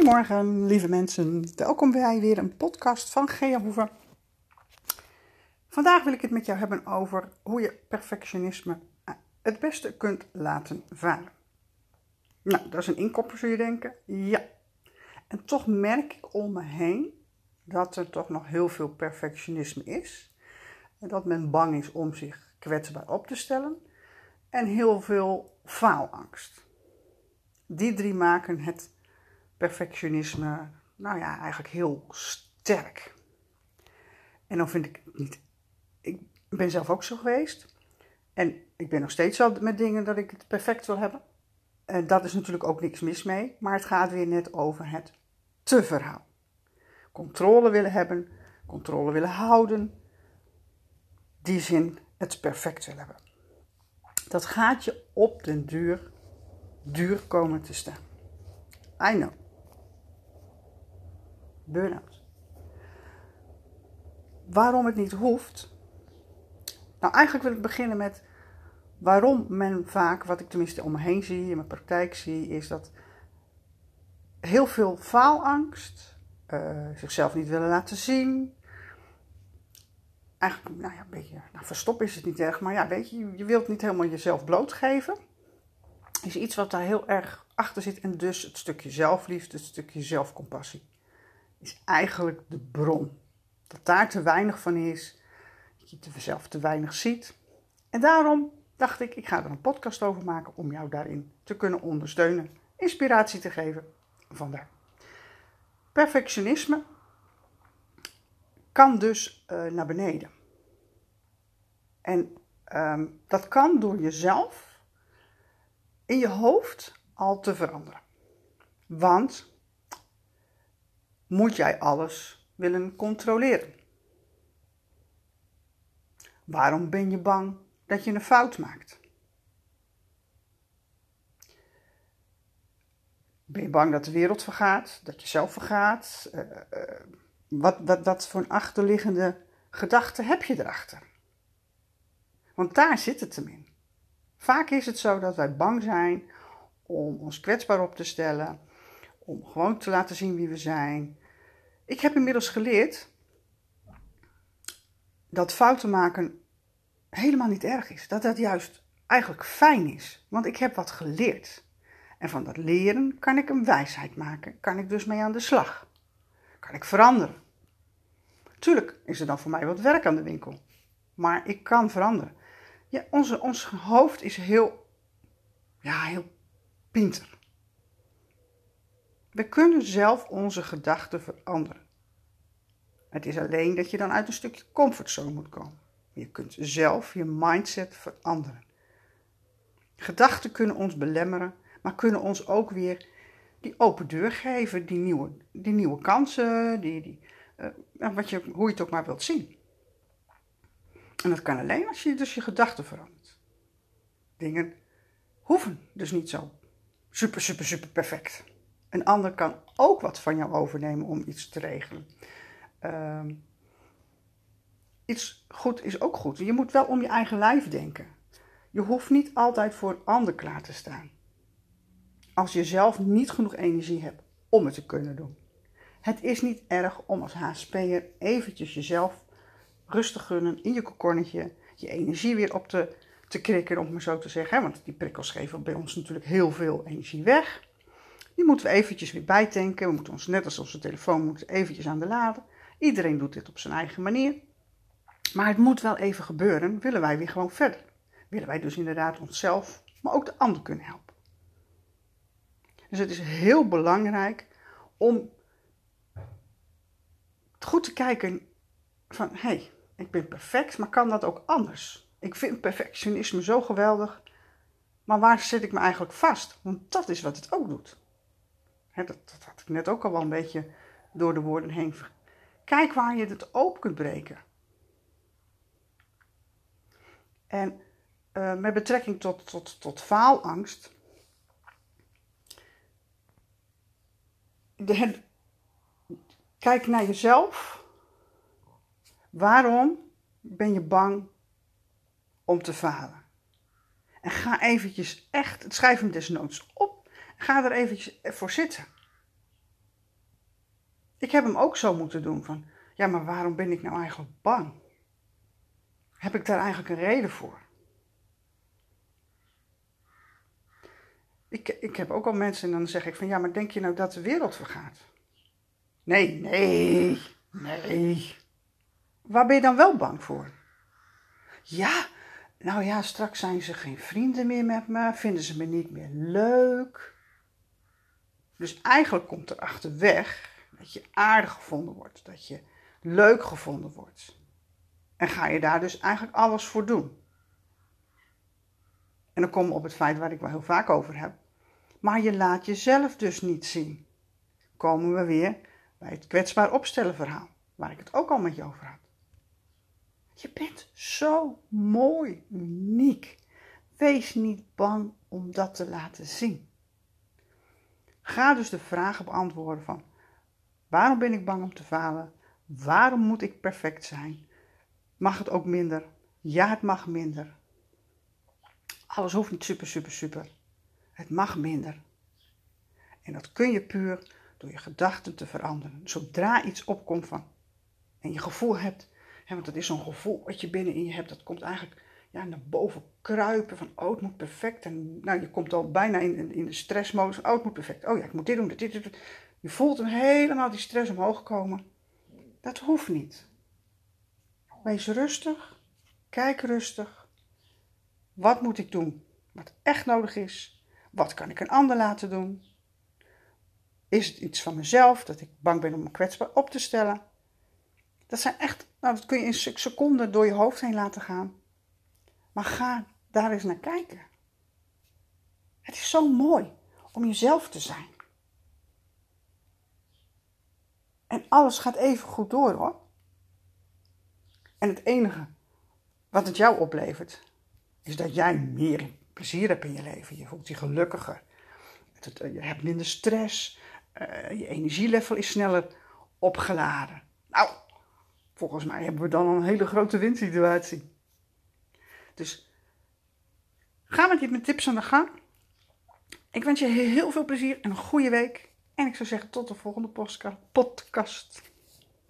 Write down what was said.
Goedemorgen, lieve mensen. Welkom bij weer een podcast van Gea Hoeven. Vandaag wil ik het met jou hebben over hoe je perfectionisme het beste kunt laten varen. Nou, dat is een inkopper, zul je denken. Ja. En toch merk ik om me heen dat er toch nog heel veel perfectionisme is. En dat men bang is om zich kwetsbaar op te stellen. En heel veel faalangst. Die drie maken het perfectionisme, eigenlijk heel sterk. En dan vind ik het niet. Ik ben zelf ook zo geweest. En ik ben nog steeds wel met dingen dat ik het perfect wil hebben. En dat is natuurlijk ook niks mis mee. Maar het gaat weer net over het te-verhaal. Controle willen hebben, controle willen houden. Die zin het perfect willen hebben. Dat gaat je op den duur komen te staan. I know. Burn-out. Waarom het niet hoeft? Nou, eigenlijk wil ik beginnen met waarom men vaak, wat ik tenminste om me heen zie, in mijn praktijk zie, is dat heel veel faalangst, zichzelf niet willen laten zien. Eigenlijk, een beetje, verstoppen is het niet erg, maar weet je wilt niet helemaal jezelf blootgeven. Is iets wat daar heel erg achter zit en dus het stukje zelfliefde, het stukje zelfcompassie. Is eigenlijk de bron. Dat daar te weinig van is, dat je zelf te weinig ziet. En daarom dacht ik ga er een podcast over maken om jou daarin te kunnen ondersteunen, inspiratie te geven. Vandaar. Perfectionisme kan dus naar beneden. En dat kan door jezelf in je hoofd al te veranderen. Want moet jij alles willen controleren? Waarom ben je bang dat je een fout maakt? Ben je bang dat de wereld vergaat? Dat je zelf vergaat? Wat voor een achterliggende gedachte heb je erachter? Want daar zit het hem in. Vaak is het zo dat wij bang zijn om ons kwetsbaar op te stellen. Om gewoon te laten zien wie we zijn. Ik heb inmiddels geleerd dat fouten maken helemaal niet erg is. Dat dat juist eigenlijk fijn is. Want ik heb wat geleerd. En van dat leren kan ik een wijsheid maken. Kan ik dus mee aan de slag. Kan ik veranderen. Tuurlijk is er dan voor mij wat werk aan de winkel. Maar ik kan veranderen. Ja, ons hoofd is heel pinter. We kunnen zelf onze gedachten veranderen. Het is alleen dat je dan uit een stukje comfortzone moet komen. Je kunt zelf je mindset veranderen. Gedachten kunnen ons belemmeren, maar kunnen ons ook weer die open deur geven, die nieuwe kansen, hoe je het ook maar wilt zien. En dat kan alleen als je dus je gedachten verandert. Dingen hoeven dus niet zo super perfect. Een ander kan ook wat van jou overnemen om iets te regelen. Iets goed is ook goed. Je moet wel om je eigen lijf denken. Je hoeft niet altijd voor een ander klaar te staan. Als je zelf niet genoeg energie hebt om het te kunnen doen. Het is niet erg om als HSP'er eventjes jezelf rustig gunnen in je kokonnetje. Je energie weer op te krikken, om het maar zo te zeggen. Want die prikkels geven bij ons natuurlijk heel veel energie weg. Die moeten we eventjes weer bijtanken. We moeten ons, net als onze telefoon, eventjes aan de laden. Iedereen doet dit op zijn eigen manier. Maar het moet wel even gebeuren, willen wij weer gewoon verder. Willen wij dus inderdaad onszelf, maar ook de ander kunnen helpen. Dus het is heel belangrijk om goed te kijken van, ik ben perfect, maar kan dat ook anders? Ik vind perfectionisme zo geweldig, maar waar zet ik me eigenlijk vast? Want dat is wat het ook doet. Dat had ik net ook al wel een beetje door de woorden heen. Kijk waar je het open kunt breken. En met betrekking tot faalangst. Kijk naar jezelf. Waarom ben je bang om te falen? En ga eventjes schrijf hem desnoods op. Ga er eventjes voor zitten. Ik heb hem ook zo moeten doen van, ja, maar waarom ben ik nou eigenlijk bang? Heb ik daar eigenlijk een reden voor? Ik heb ook al mensen en dan zeg ik van, ja, maar denk je nou dat de wereld vergaat? Nee. Waar ben je dan wel bang voor? Ja, nou ja, straks zijn ze geen vrienden meer met me, vinden ze me niet meer leuk. Dus eigenlijk komt er achterweg dat je aardig gevonden wordt, dat je leuk gevonden wordt. En ga je daar dus eigenlijk alles voor doen. En dan komen we op het feit waar ik wel heel vaak over heb. Maar je laat jezelf dus niet zien. Komen we weer bij het kwetsbaar opstellen verhaal, waar ik het ook al met je over had. Je bent zo mooi, uniek. Wees niet bang om dat te laten zien. Ga dus de vragen beantwoorden van, waarom ben ik bang om te falen? Waarom moet ik perfect zijn? Mag het ook minder? Ja, het mag minder. Alles hoeft niet super. Het mag minder. En dat kun je puur door je gedachten te veranderen. Zodra iets opkomt van, en je gevoel hebt, want dat is zo'n gevoel wat je binnenin je hebt, dat komt eigenlijk naar boven kruipen van, oh, het moet perfect. En nou, je komt al bijna in de stressmodus, oh, het moet perfect. Oh ja, ik moet dit doen, dit. Je voelt hem helemaal die stress omhoog komen. Dat hoeft niet. Wees rustig, kijk rustig. Wat moet ik doen? Wat echt nodig is? Wat kan ik een ander laten doen? Is het iets van mezelf, dat ik bang ben om me kwetsbaar op te stellen? Dat zijn echt, dat kun je in seconden door je hoofd heen laten gaan. Maar ga daar eens naar kijken. Het is zo mooi om jezelf te zijn. En alles gaat even goed door, hoor. En het enige wat het jou oplevert, is dat jij meer plezier hebt in je leven. Je voelt je gelukkiger. Je hebt minder stress. Je energielevel is sneller opgeladen. Nou, volgens mij hebben we dan een hele grote winsituatie. Dus ga met mijn tips aan de gang. Ik wens je heel veel plezier en een goede week. En ik zou zeggen tot de volgende podcast.